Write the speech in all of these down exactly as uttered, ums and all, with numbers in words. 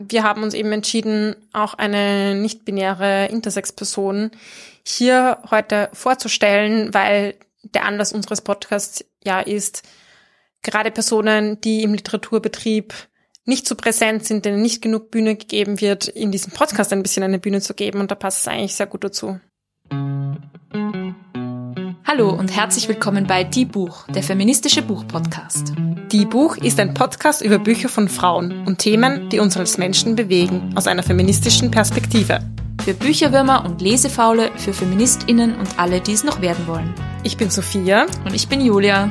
Wir haben uns eben entschieden, auch eine nicht-binäre Intersex-Person hier heute vorzustellen, weil der Anlass unseres Podcasts ja ist, gerade Personen, die im Literaturbetrieb nicht so präsent sind, denen nicht genug Bühne gegeben wird, in diesem Podcast ein bisschen eine Bühne zu geben, und da passt es eigentlich sehr gut dazu. Hallo und herzlich willkommen bei Die Buch, der feministische Buch-Podcast. Die Buch ist ein Podcast über Bücher von Frauen und Themen, die uns als Menschen bewegen, aus einer feministischen Perspektive. Für Bücherwürmer und Lesefaule, für FeministInnen und alle, die es noch werden wollen. Ich bin Sophia. Und ich bin Julia.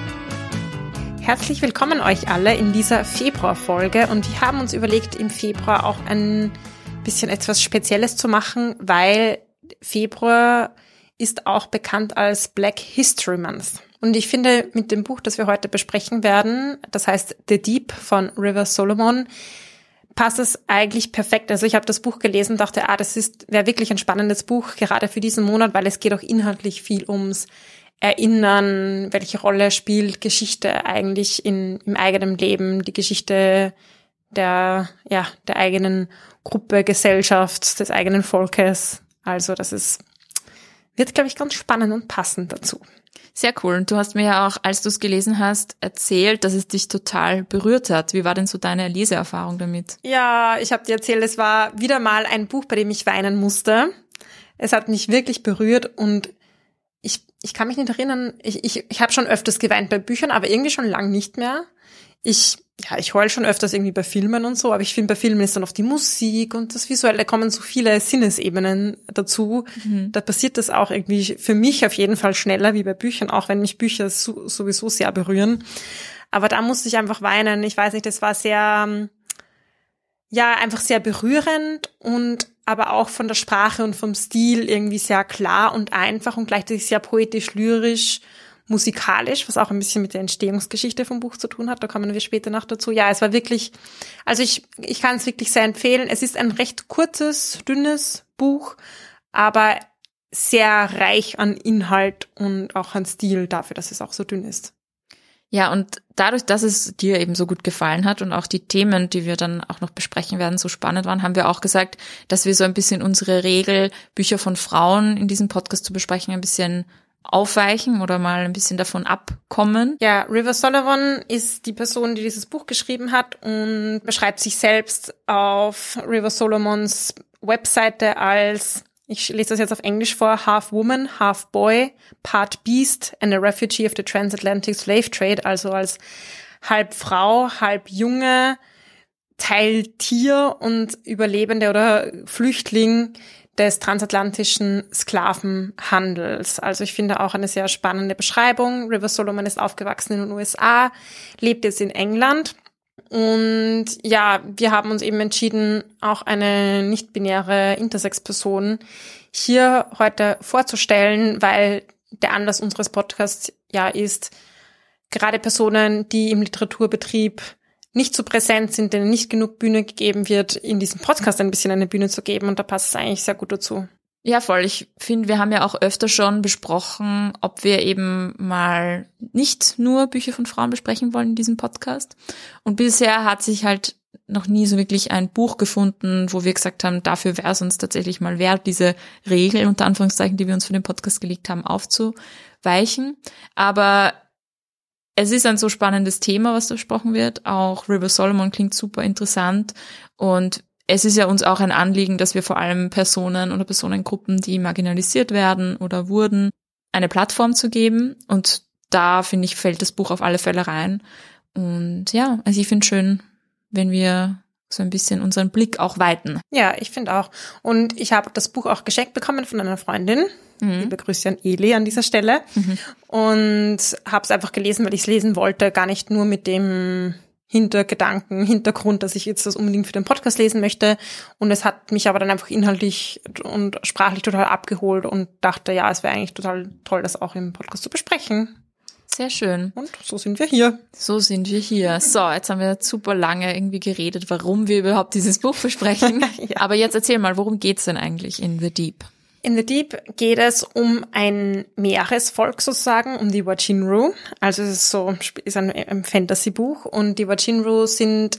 Herzlich willkommen euch alle in dieser Februarfolge, und wir haben uns überlegt, im Februar auch ein bisschen etwas Spezielles zu machen, weil Februar ist auch bekannt als Black History Month. Und ich finde, mit dem Buch, das wir heute besprechen werden, das heißt The Deep von River Solomon, passt es eigentlich perfekt. Also ich habe das Buch gelesen und dachte, ah, das ist wäre wirklich ein spannendes Buch, gerade für diesen Monat, weil es geht auch inhaltlich viel ums Erinnern, welche Rolle spielt Geschichte eigentlich in im eigenen Leben, die Geschichte der ja der eigenen Gruppe, Gesellschaft, des eigenen Volkes. Also das ist wird, glaube ich, ganz spannend und passend dazu. Sehr cool. Und du hast mir ja auch, als du es gelesen hast, erzählt, dass es dich total berührt hat. Wie war denn so deine Leseerfahrung damit? Ja, ich habe dir erzählt, es war wieder mal ein Buch, bei dem ich weinen musste. Es hat mich wirklich berührt, und ich ich kann mich nicht erinnern, ich ich ich habe schon öfters geweint bei Büchern, aber irgendwie schon lang nicht mehr. Ich ja, ich heul schon öfters irgendwie bei Filmen und so, aber ich finde, bei Filmen ist dann oft die Musik und das Visuelle, da kommen so viele Sinnesebenen dazu. Mhm. Da passiert das auch irgendwie für mich auf jeden Fall schneller wie bei Büchern, auch wenn mich Bücher so, sowieso sehr berühren. Aber da musste ich einfach weinen. Ich weiß nicht, das war sehr, ja, einfach sehr berührend, und aber auch von der Sprache und vom Stil irgendwie sehr klar und einfach und gleichzeitig sehr poetisch, lyrisch, musikalisch, was auch ein bisschen mit der Entstehungsgeschichte vom Buch zu tun hat. Da kommen wir später noch dazu. Ja, es war wirklich, also ich ich kann es wirklich sehr empfehlen. Es ist ein recht kurzes, dünnes Buch, aber sehr reich an Inhalt und auch an Stil dafür, dass es auch so dünn ist. Ja, und dadurch, dass es dir eben so gut gefallen hat und auch die Themen, die wir dann auch noch besprechen werden, so spannend waren, haben wir auch gesagt, dass wir so ein bisschen unsere Regel, Bücher von Frauen in diesem Podcast zu besprechen, ein bisschen aufweichen oder mal ein bisschen davon abkommen. Ja, River Solomon ist die Person, die dieses Buch geschrieben hat, und beschreibt sich selbst auf River Solomons Webseite als, ich lese das jetzt auf Englisch vor, half woman, half boy, part beast and a refugee of the transatlantic slave trade, also als halb Frau, halb Junge, Teil Tier und Überlebende oder Flüchtling des transatlantischen Sklavenhandels. Also ich finde auch eine sehr spannende Beschreibung. River Solomon ist aufgewachsen in den U S A, lebt jetzt in England. Und ja, wir haben uns eben entschieden, auch eine nicht-binäre Intersex-Person hier heute vorzustellen, weil der Anlass unseres Podcasts ja ist, gerade Personen, die im Literaturbetrieb nicht so präsent sind, denen nicht genug Bühne gegeben wird, in diesem Podcast ein bisschen eine Bühne zu geben, und da passt es eigentlich sehr gut dazu. Ja, voll. Ich finde, wir haben ja auch öfter schon besprochen, ob wir eben mal nicht nur Bücher von Frauen besprechen wollen in diesem Podcast. Und bisher hat sich halt noch nie so wirklich ein Buch gefunden, wo wir gesagt haben, dafür wäre es uns tatsächlich mal wert, diese Regeln, unter Anführungszeichen, die wir uns für den Podcast gelegt haben, aufzuweichen. Aber es ist ein so spannendes Thema, was da besprochen wird. Auch River Solomon klingt super interessant, und es ist ja uns auch ein Anliegen, dass wir vor allem Personen oder Personengruppen, die marginalisiert werden oder wurden, eine Plattform zu geben, und da, finde ich, fällt das Buch auf alle Fälle rein. Und ja, also ich finde es schön, wenn wir so ein bisschen unseren Blick auch weiten. Ja, ich finde auch. Und ich habe das Buch auch geschenkt bekommen von einer Freundin. Mhm. Liebe Grüße an Eli an dieser Stelle. Mhm. Und habe es einfach gelesen, weil ich es lesen wollte, gar nicht nur mit dem Hintergedanken, Hintergrund, dass ich jetzt das unbedingt für den Podcast lesen möchte. Und es hat mich aber dann einfach inhaltlich und sprachlich total abgeholt, und dachte, ja, es wäre eigentlich total toll, das auch im Podcast zu besprechen. Sehr schön. Und so sind wir hier. So sind wir hier. So, jetzt haben wir super lange irgendwie geredet, warum wir überhaupt dieses Buch besprechen. Ja. Aber jetzt erzähl mal, worum geht's denn eigentlich in The Deep? In The Deep geht es um ein Meeresvolk sozusagen, um die Wajinru. Also es ist so ist ein, ein Fantasy-Buch, und die Wajinru sind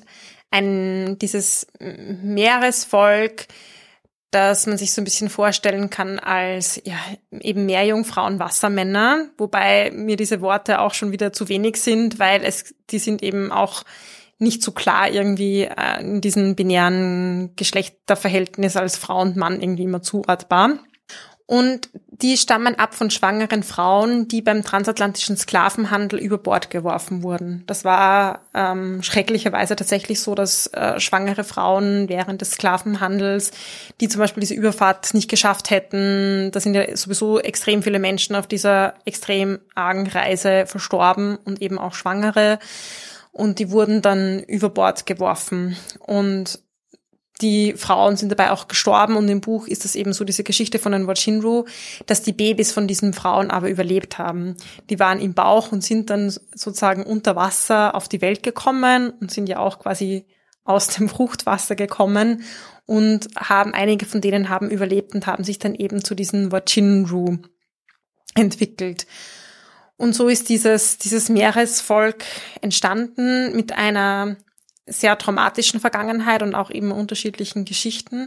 ein, dieses Meeresvolk, das man sich so ein bisschen vorstellen kann als ja eben Meerjungfrauen, Wassermänner, wobei mir diese Worte auch schon wieder zu wenig sind, weil es die sind eben auch nicht so klar irgendwie äh, in diesem binären Geschlechterverhältnis als Frau und Mann irgendwie immer zuordbar. Und die stammen ab von schwangeren Frauen, die beim transatlantischen Sklavenhandel über Bord geworfen wurden. Das war ähm, schrecklicherweise tatsächlich so, dass äh, schwangere Frauen während des Sklavenhandels, die zum Beispiel diese Überfahrt nicht geschafft hätten, da sind ja sowieso extrem viele Menschen auf dieser extrem argen Reise verstorben und eben auch Schwangere. Und die wurden dann über Bord geworfen. Und die Frauen sind dabei auch gestorben und im Buch ist es eben so diese Geschichte von den Wachinru, dass die Babys von diesen Frauen aber überlebt haben. Die waren im Bauch und sind dann sozusagen unter Wasser auf die Welt gekommen und sind ja auch quasi aus dem Fruchtwasser gekommen und haben, einige von denen haben überlebt und haben sich dann eben zu diesen Wachinru entwickelt. Und so ist dieses, dieses Meeresvolk entstanden mit einer sehr traumatischen Vergangenheit und auch eben unterschiedlichen Geschichten.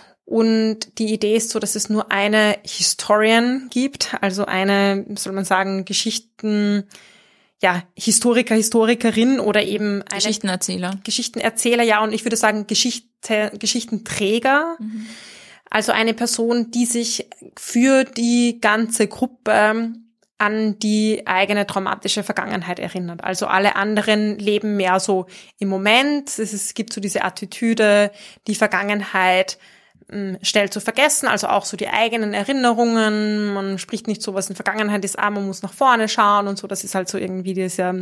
Und die Idee ist so, dass es nur eine Historian gibt, also eine, soll man sagen, Geschichten, ja, Historiker, Historikerin oder eben eine Geschichtenerzähler. Geschichtenerzähler, ja, und ich würde sagen Geschichte, Geschichtenträger. Mhm. Also eine Person, die sich für die ganze Gruppe an die eigene traumatische Vergangenheit erinnert. Also alle anderen leben mehr so im Moment. Es, ist, es gibt so diese Attitüde, die Vergangenheit mh, schnell zu vergessen, also auch so die eigenen Erinnerungen. Man spricht nicht so, was in Vergangenheit ist, ah, man muss nach vorne schauen und so. Das ist halt so irgendwie dieser,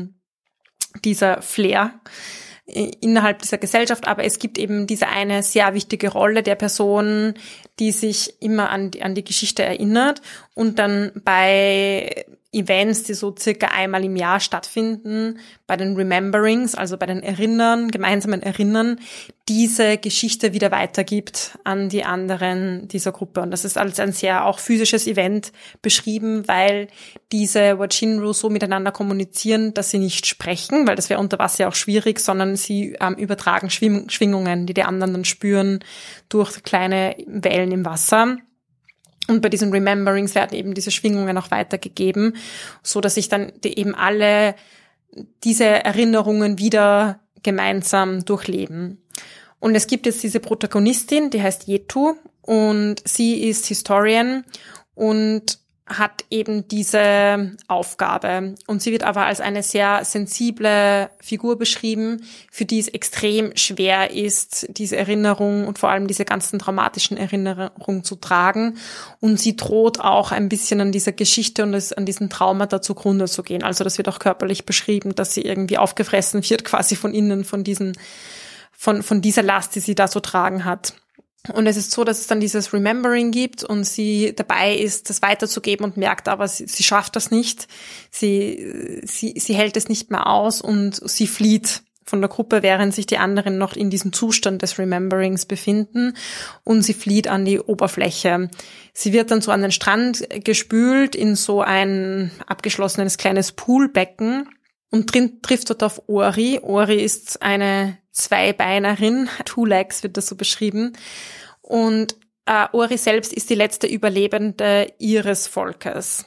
dieser Flair innerhalb dieser Gesellschaft, aber es gibt eben diese eine sehr wichtige Rolle der Person, die sich immer an die, an die Geschichte erinnert und dann bei Events, die so circa einmal im Jahr stattfinden, bei den Rememberings, also bei den Erinnern, gemeinsamen Erinnern, diese Geschichte wieder weitergibt an die anderen dieser Gruppe. Und das ist als ein sehr auch physisches Event beschrieben, weil diese Wachinru so miteinander kommunizieren, dass sie nicht sprechen, weil das wäre unter Wasser auch schwierig, sondern sie ähm, übertragen Schwing- Schwingungen, die die anderen dann spüren durch kleine Wellen im Wasser. Und bei diesen Rememberings werden eben diese Schwingungen auch weitergegeben, so dass sich dann die eben alle diese Erinnerungen wieder gemeinsam durchleben. Und es gibt jetzt diese Protagonistin, die heißt Yetu und sie ist Historian und hat eben diese Aufgabe. Und sie wird aber als eine sehr sensible Figur beschrieben, für die es extrem schwer ist, diese Erinnerung und vor allem diese ganzen traumatischen Erinnerungen zu tragen. Und sie droht auch ein bisschen an dieser Geschichte und an diesen Traumata zugrunde zu gehen. Also das wird auch körperlich beschrieben, dass sie irgendwie aufgefressen wird, quasi von innen, von diesen, von, von dieser Last, die sie da so tragen hat. Und es ist so, dass es dann dieses Remembering gibt und sie dabei ist, das weiterzugeben und merkt aber, sie, sie schafft das nicht. Sie, sie, sie hält es nicht mehr aus und sie flieht von der Gruppe, während sich die anderen noch in diesem Zustand des Rememberings befinden und sie flieht an die Oberfläche. Sie wird dann so an den Strand gespült in so ein abgeschlossenes kleines Poolbecken und drin trifft dort auf Ori. Ori ist eine Zweibeinerin, Two Legs wird das so beschrieben. Und äh, Ori selbst ist die letzte Überlebende ihres Volkes.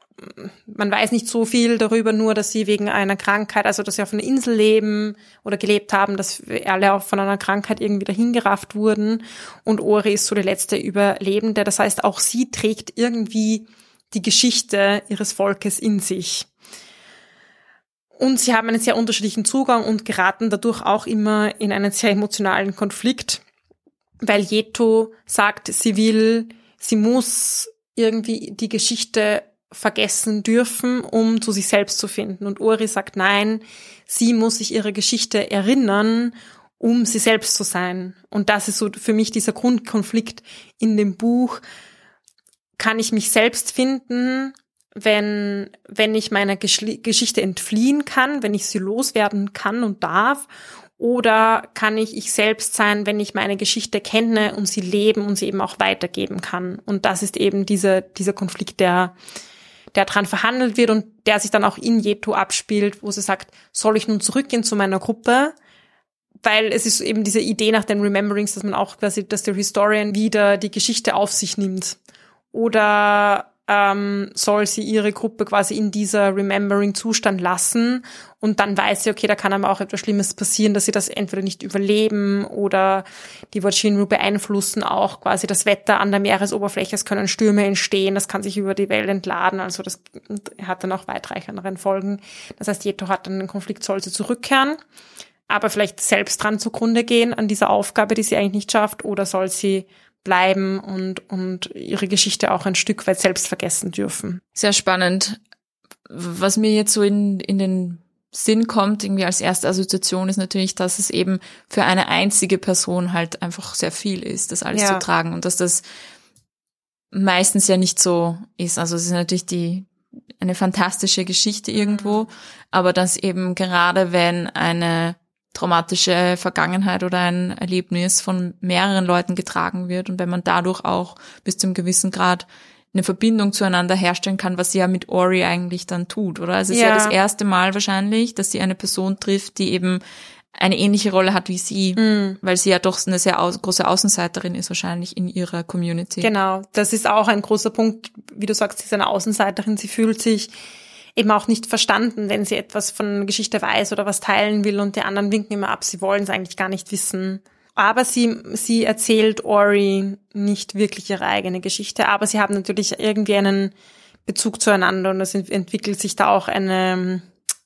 Man weiß nicht so viel darüber, nur dass sie wegen einer Krankheit, also dass sie auf einer Insel leben oder gelebt haben, dass alle auch von einer Krankheit irgendwie dahingerafft wurden. Und Ori ist so die letzte Überlebende. Das heißt, auch sie trägt irgendwie die Geschichte ihres Volkes in sich. Und sie haben einen sehr unterschiedlichen Zugang und geraten dadurch auch immer in einen sehr emotionalen Konflikt, weil Yetu sagt, sie will, sie muss irgendwie die Geschichte vergessen dürfen, um zu sich selbst zu finden. Und Ori sagt, nein, sie muss sich ihre Geschichte erinnern, um sie selbst zu sein. Und das ist so für mich dieser Grundkonflikt in dem Buch. Kann ich mich selbst finden, wenn, wenn ich meiner Geschl- Geschichte entfliehen kann, wenn ich sie loswerden kann und darf, oder kann ich ich selbst sein, wenn ich meine Geschichte kenne und sie leben und sie eben auch weitergeben kann. Und das ist eben dieser, dieser Konflikt, der, der dran verhandelt wird und der sich dann auch in Yetu abspielt, wo sie sagt, soll ich nun zurückgehen zu meiner Gruppe, weil es ist eben diese Idee nach den Rememberings, dass man auch quasi, dass der Historian wieder die Geschichte auf sich nimmt. Oder ähm, soll sie ihre Gruppe quasi in dieser Remembering-Zustand lassen und dann weiß sie, okay, da kann aber auch etwas Schlimmes passieren, dass sie das entweder nicht überleben oder die Wojcinro beeinflussen auch quasi das Wetter an der Meeresoberfläche, es können Stürme entstehen, das kann sich über die Welt entladen, also das hat dann auch weitreichenderen Folgen. Das heißt, Yeto hat dann den Konflikt, soll sie zurückkehren, aber vielleicht selbst dran zugrunde gehen an dieser Aufgabe, die sie eigentlich nicht schafft, oder soll sie bleiben und und ihre Geschichte auch ein Stück weit selbst vergessen dürfen. Sehr spannend. Was mir jetzt so in in den Sinn kommt, irgendwie als erste Assoziation, ist natürlich, dass es eben für eine einzige Person halt einfach sehr viel ist, das alles ja. zu tragen, und dass das meistens ja nicht so ist. Also es ist natürlich die eine fantastische Geschichte irgendwo, mhm. aber dass eben gerade wenn eine traumatische Vergangenheit oder ein Erlebnis von mehreren Leuten getragen wird und wenn man dadurch auch bis zu einem gewissen Grad eine Verbindung zueinander herstellen kann, was sie ja mit Ori eigentlich dann tut, oder? Also es ja. ist ja das erste Mal wahrscheinlich, dass sie eine Person trifft, die eben eine ähnliche Rolle hat wie sie, mm. weil sie ja doch eine sehr au- große Außenseiterin ist wahrscheinlich in ihrer Community. Genau, das ist auch ein großer Punkt, wie du sagst, sie ist eine Außenseiterin, sie fühlt sich eben auch nicht verstanden, wenn sie etwas von Geschichte weiß oder was teilen will und die anderen winken immer ab, sie wollen es eigentlich gar nicht wissen. Aber sie sie erzählt Ori nicht wirklich ihre eigene Geschichte, aber sie haben natürlich irgendwie einen Bezug zueinander und es entwickelt sich da auch eine,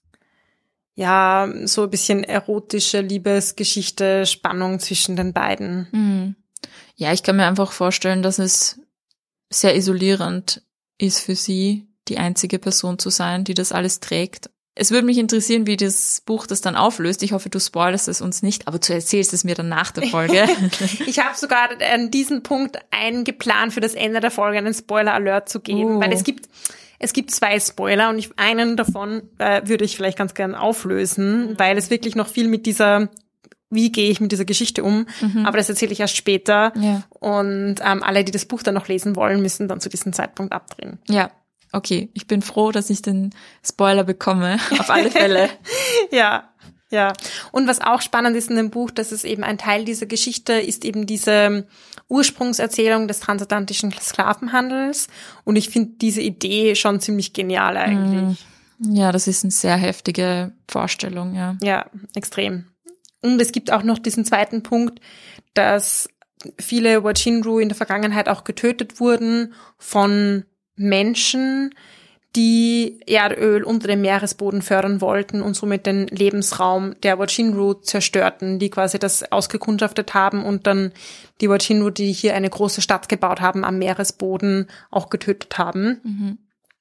ja, so ein bisschen erotische Liebesgeschichte, Spannung zwischen den beiden. Mhm. Ja, ich kann mir einfach vorstellen, dass es sehr isolierend ist für sie, die einzige Person zu sein, die das alles trägt. Es würde mich interessieren, wie das Buch das dann auflöst. Ich hoffe, du spoilerst es uns nicht, aber du erzählst es mir dann nach der Folge. Ich habe sogar an diesen Punkt eingeplant, für das Ende der Folge einen Spoiler-Alert zu geben, uh. weil es gibt es gibt zwei Spoiler und ich, einen davon äh, würde ich vielleicht ganz gern auflösen, mhm. weil es wirklich noch viel mit dieser, wie gehe ich mit dieser Geschichte um, mhm. aber das erzähle ich erst später. Ja. Und ähm, alle, die das Buch dann noch lesen wollen, müssen dann zu diesem Zeitpunkt abdrehen. Ja. Okay, ich bin froh, dass ich den Spoiler bekomme, auf alle Fälle. Ja, ja. Und was auch spannend ist in dem Buch, dass es eben ein Teil dieser Geschichte ist, eben diese Ursprungserzählung des transatlantischen Sklavenhandels. Und ich finde diese Idee schon ziemlich genial eigentlich. Ja, das ist eine sehr heftige Vorstellung, ja. Ja, extrem. Und es gibt auch noch diesen zweiten Punkt, dass viele Wojcinro in der Vergangenheit auch getötet wurden von Menschen, die Erdöl unter dem Meeresboden fördern wollten und somit den Lebensraum der Wojcinro zerstörten, die quasi das ausgekundschaftet haben und dann die Wojcinro, die hier eine große Stadt gebaut haben am Meeresboden, auch getötet haben. Mhm.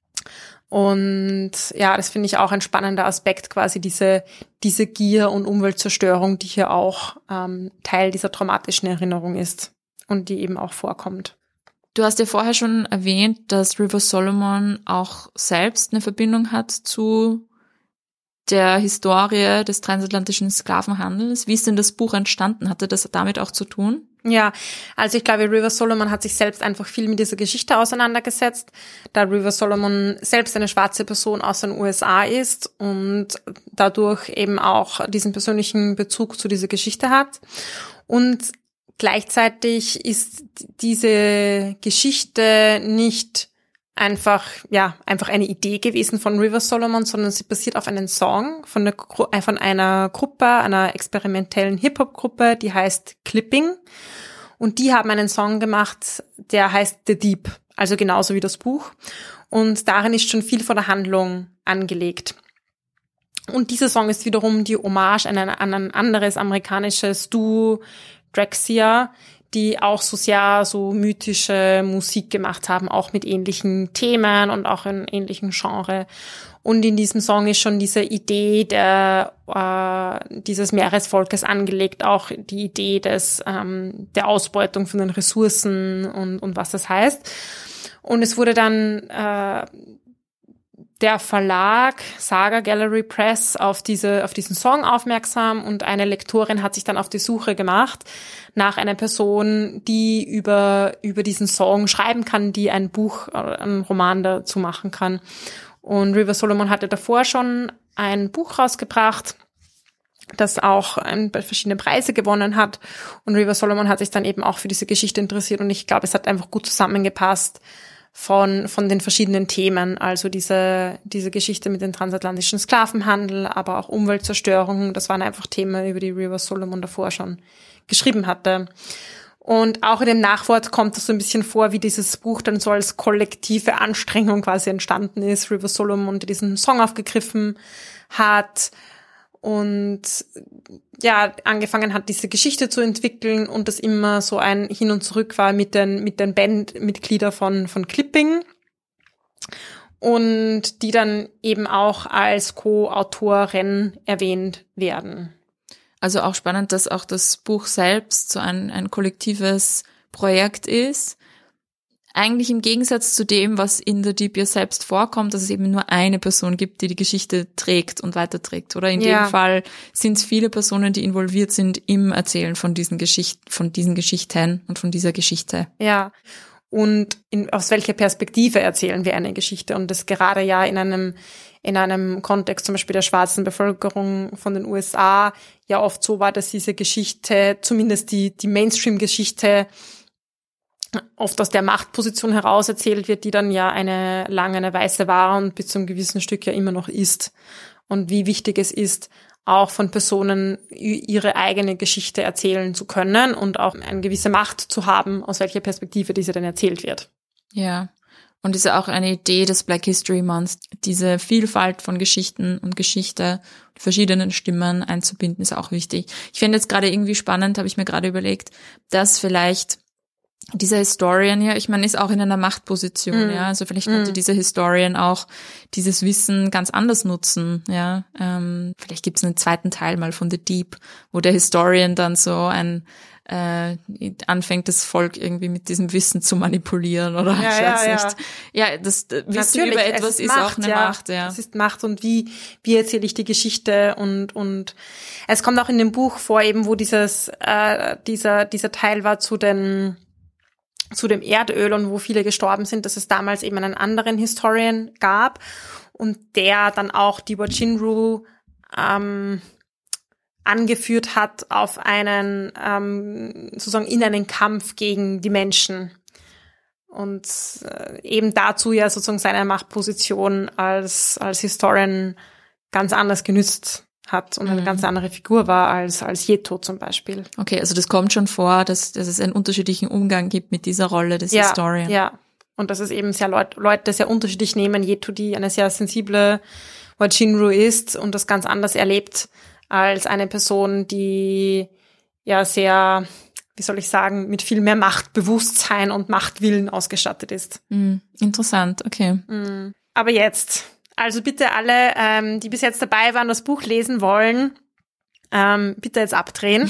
Und ja, das finde ich auch ein spannender Aspekt, quasi diese diese Gier und Umweltzerstörung, die hier auch ähm, Teil dieser traumatischen Erinnerung ist und die eben auch vorkommt. Du hast ja vorher schon erwähnt, dass River Solomon auch selbst eine Verbindung hat zu der Historie des transatlantischen Sklavenhandels. Wie ist denn das Buch entstanden? Hatte das damit auch zu tun? Ja, also ich glaube, River Solomon hat sich selbst einfach viel mit dieser Geschichte auseinandergesetzt, da River Solomon selbst eine schwarze Person aus den U S A ist und dadurch eben auch diesen persönlichen Bezug zu dieser Geschichte hat. Und gleichzeitig ist diese Geschichte nicht einfach, ja, einfach eine Idee gewesen von River Solomon, sondern sie basiert auf einem Song von, der, von einer Gruppe, einer experimentellen Hip-Hop-Gruppe, die heißt Clipping. Und die haben einen Song gemacht, der heißt The Deep, also genauso wie das Buch. Und darin ist schon viel von der Handlung angelegt. Und dieser Song ist wiederum die Hommage an ein, an ein anderes amerikanisches Duo, Drexciya, die auch so sehr so mythische Musik gemacht haben, auch mit ähnlichen Themen und auch in ähnlichen Genre. Und in diesem Song ist schon diese Idee der äh, dieses Meeresvolkes angelegt, auch die Idee des ähm, der Ausbeutung von den Ressourcen und und was das heißt. Und es wurde dann äh, der Verlag Saga Gallery Press auf diese auf diesen Song aufmerksam und eine Lektorin hat sich dann auf die Suche gemacht nach einer Person, die über über diesen Song schreiben kann, die ein Buch, einen Roman dazu machen kann. Und River Solomon hatte davor schon ein Buch rausgebracht das auch ähm, verschiedene Preise gewonnen hat. Und River Solomon hat sich dann eben auch für diese Geschichte interessiert. Und ich glaube, es hat einfach gut zusammengepasst von von den verschiedenen Themen. Also diese diese Geschichte mit dem transatlantischen Sklavenhandel, aber auch Umweltzerstörung. Das waren einfach Themen, über die River Solomon davor schon geschrieben hatte. Und auch in dem Nachwort kommt das so ein bisschen vor, wie dieses Buch dann so als kollektive Anstrengung quasi entstanden ist. River Solomon diesen Song aufgegriffen hat und ja, angefangen hat, diese Geschichte zu entwickeln und das immer so ein Hin und Zurück war mit den, mit den Bandmitgliedern von, von Clipping und die dann eben auch als Co-Autorin erwähnt werden. Also auch spannend, dass auch das Buch selbst so ein, ein kollektives Projekt ist. Eigentlich im Gegensatz zu dem, was in The Deep ja selbst vorkommt, dass es eben nur eine Person gibt, die die Geschichte trägt und weiterträgt. Oder in ja. dem Fall sind es viele Personen, die involviert sind im Erzählen von diesen Geschichten, von diesen Geschichten und von dieser Geschichte. Ja. Und in, aus welcher Perspektive erzählen wir eine Geschichte? Und das gerade ja in einem in einem Kontext zum Beispiel der schwarzen Bevölkerung von den U S A ja oft so war, dass diese Geschichte, zumindest die die Mainstream-Geschichte, oft aus der Machtposition heraus erzählt wird, die dann ja eine lange eine weiße war und bis zu einem gewissen Stück ja immer noch ist. Und wie wichtig es ist, auch von Personen ihre eigene Geschichte erzählen zu können und auch eine gewisse Macht zu haben, aus welcher Perspektive diese dann erzählt wird. Ja, und ist ja auch eine Idee des Black History Months, diese Vielfalt von Geschichten und Geschichte, verschiedenen Stimmen einzubinden, ist auch wichtig. Ich finde jetzt gerade irgendwie spannend, habe ich mir gerade überlegt, dass vielleicht dieser Historian ja, ich meine, ist auch in einer Machtposition, mm. ja, also vielleicht könnte mm. dieser Historian auch dieses Wissen ganz anders nutzen, ja, ähm, vielleicht gibt's einen zweiten Teil mal von The Deep, wo der Historian dann so ein äh, anfängt, das Volk irgendwie mit diesem Wissen zu manipulieren oder ja, ich ja, weiß ja. nicht. Ja, das Wissen Natürlich, über etwas ist, ist Macht, auch eine ja. Macht, ja. Es ist Macht und wie wie erzähle ich die Geschichte und und es kommt auch in dem Buch vor, eben wo dieses äh, dieser dieser Teil war zu den zu dem Erdöl und wo viele gestorben sind, dass es damals eben einen anderen Historian gab und der dann auch die Wajinru ähm, angeführt hat auf einen, ähm, sozusagen in einen Kampf gegen die Menschen und äh, eben dazu ja sozusagen seine Machtposition als als Historian ganz anders genützt hat und eine mhm. ganz andere Figur war als als Yeto zum Beispiel. Okay, also das kommt schon vor, dass, dass es einen unterschiedlichen Umgang gibt mit dieser Rolle des ja, Historians. Ja, und dass es eben sehr Leut, Leute sehr unterschiedlich nehmen. Yeto, die eine sehr sensible Wajinru ist und das ganz anders erlebt als eine Person, die ja sehr, wie soll ich sagen, mit viel mehr Machtbewusstsein und Machtwillen ausgestattet ist. Mhm. Interessant, okay. Mhm. Aber jetzt... Also bitte alle, ähm, die bis jetzt dabei waren, das Buch lesen wollen, ähm, bitte jetzt abdrehen.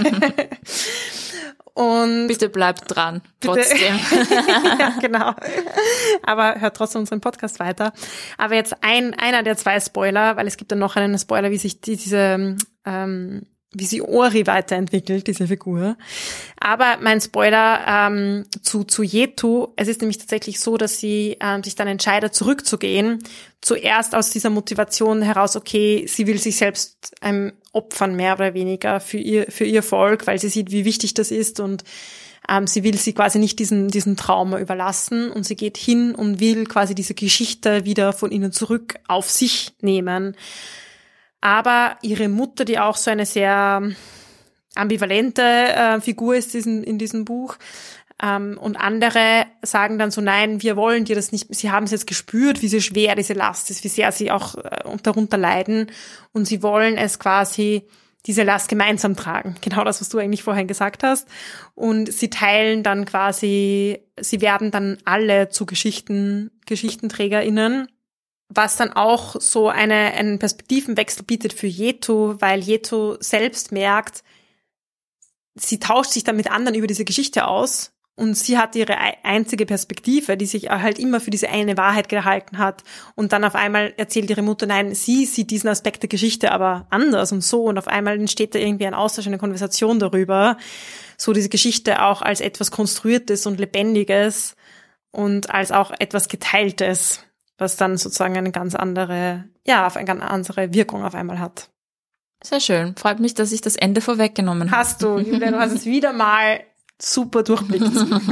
Und bitte bleibt dran, bitte, trotzdem. Ja, genau. Aber hört trotzdem unseren Podcast weiter. Aber jetzt ein einer der zwei Spoiler, weil es gibt dann noch einen Spoiler, wie sich die, diese ähm, wie sie Ori weiterentwickelt, diese Figur. Aber mein Spoiler ähm, zu zu Yeto, es ist nämlich tatsächlich so, dass sie ähm, sich dann entscheidet, zurückzugehen. Zuerst aus dieser Motivation heraus, okay, sie will sich selbst ähm, opfern, mehr oder weniger, für ihr für ihr Volk, weil sie sieht, wie wichtig das ist und ähm, sie will sie quasi nicht diesen diesen Trauma überlassen und sie geht hin und will quasi diese Geschichte wieder von ihnen zurück auf sich nehmen. Aber ihre Mutter, die auch so eine sehr ambivalente äh, Figur ist in, in diesem Buch, ähm, und andere sagen dann so, nein, wir wollen dir das nicht, sie haben es jetzt gespürt, wie sehr schwer diese Last ist, wie sehr sie auch äh, darunter leiden und sie wollen es quasi, diese Last gemeinsam tragen. Genau das, was du eigentlich vorhin gesagt hast. Und sie teilen dann quasi, sie werden dann alle zu Geschichten, GeschichtenträgerInnen, was dann auch so eine, einen Perspektivenwechsel bietet für Yeto, weil Yeto selbst merkt, sie tauscht sich dann mit anderen über diese Geschichte aus und sie hat ihre einzige Perspektive, die sich halt immer für diese eine Wahrheit gehalten hat und dann auf einmal erzählt ihre Mutter, nein, sie sieht diesen Aspekt der Geschichte aber anders und so und auf einmal entsteht da irgendwie ein Austausch, eine Konversation darüber, so diese Geschichte auch als etwas Konstruiertes und Lebendiges und als auch etwas Geteiltes, was dann sozusagen eine ganz andere, ja, auf eine ganz andere Wirkung auf einmal hat. Sehr schön. Freut mich, dass ich das Ende vorweggenommen habe. Hast du, Julia, du hast es wieder mal super durchblickt.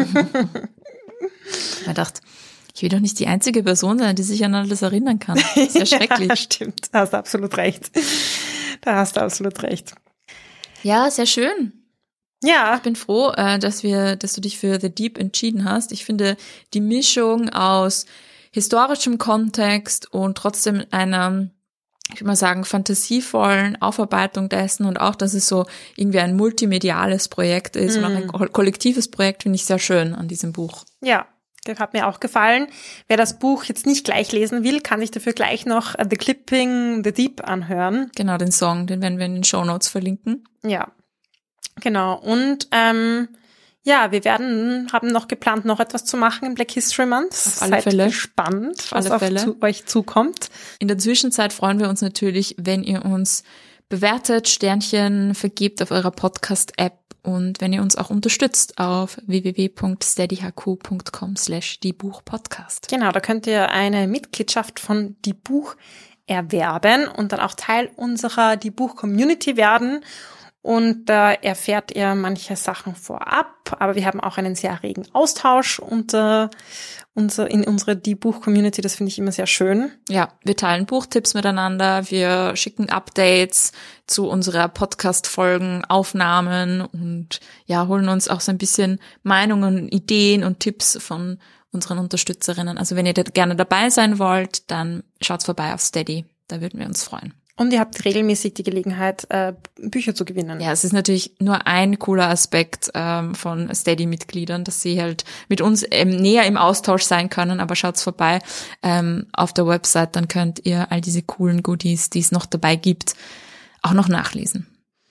Ich dachte, ich will doch nicht die einzige Person sein, die sich an alles erinnern kann. Sehr schrecklich. Ja, stimmt. Da hast du absolut recht. Da hast du absolut recht. Ja, sehr schön. Ja. Ich bin froh, dass wir, dass du dich für The Deep entschieden hast. Ich finde die Mischung aus historischem Kontext und trotzdem einer, ich würde mal sagen, fantasievollen Aufarbeitung dessen und auch, dass es so irgendwie ein multimediales Projekt ist mm. und auch ein kollektives Projekt, finde ich sehr schön an diesem Buch. Ja, das hat mir auch gefallen. Wer das Buch jetzt nicht gleich lesen will, kann sich dafür gleich noch The Clipping, The Deep anhören. Genau, den Song, den werden wir in den Shownotes verlinken. Ja, genau. Und ähm, ja, wir werden, haben noch geplant, noch etwas zu machen im Black History Month. Auf alle Seid Fälle. gespannt, auf was alle auf Fälle. Zu, euch zukommt. In der Zwischenzeit freuen wir uns natürlich, wenn ihr uns bewertet, Sternchen vergebt auf eurer Podcast-App und wenn ihr uns auch unterstützt auf w w w punkt steadyhq punkt com slash die Buch Podcast. Genau, da könnt ihr eine Mitgliedschaft von Die Buch erwerben und dann auch Teil unserer Die Buch Community werden. Und da erfährt ihr manche Sachen vorab, aber wir haben auch einen sehr regen Austausch unter, unser, in unserer Die Buch-Community. Das finde ich immer sehr schön. Ja, wir teilen Buchtipps miteinander, wir schicken Updates zu unserer Podcast-Folgen, Aufnahmen und ja, holen uns auch so ein bisschen Meinungen, Ideen und Tipps von unseren Unterstützerinnen. Also wenn ihr da gerne dabei sein wollt, dann schaut vorbei auf Steady, da würden wir uns freuen. Und ihr habt regelmäßig die Gelegenheit, äh, Bücher zu gewinnen. Ja, es ist natürlich nur ein cooler Aspekt ähm, von Steady-Mitgliedern, dass sie halt mit uns ähm, näher im Austausch sein können. Aber schaut's vorbei ähm, auf der Website, dann könnt ihr all diese coolen Goodies, die es noch dabei gibt, auch noch nachlesen.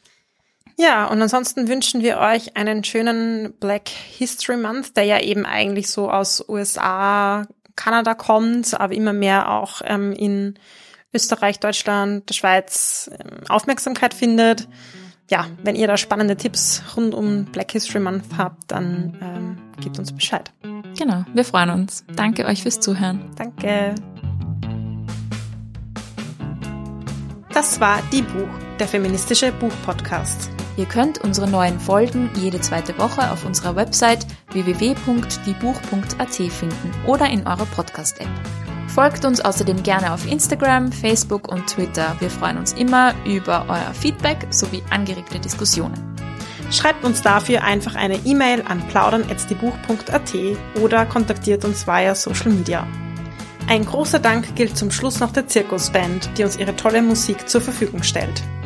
Ja, und ansonsten wünschen wir euch einen schönen Black History Month, der ja eben eigentlich so aus U S A, Kanada kommt, aber immer mehr auch ähm, in Österreich, Deutschland, der Schweiz Aufmerksamkeit findet. Ja, wenn ihr da spannende Tipps rund um Black History Month habt, dann ähm, gebt uns Bescheid. Genau, wir freuen uns. Danke euch fürs Zuhören. Danke. Das war Die Buch, der feministische Buchpodcast. Ihr könnt unsere neuen Folgen jede zweite Woche auf unserer Website w w w punkt die buch punkt a t finden oder in eurer Podcast-App. Folgt uns außerdem gerne auf Instagram, Facebook und Twitter. Wir freuen uns immer über euer Feedback sowie angeregte Diskussionen. Schreibt uns dafür einfach eine E-Mail an plaudern at die buch punkt a t oder kontaktiert uns via Social Media. Ein großer Dank gilt zum Schluss noch der Zirkusband, die uns ihre tolle Musik zur Verfügung stellt.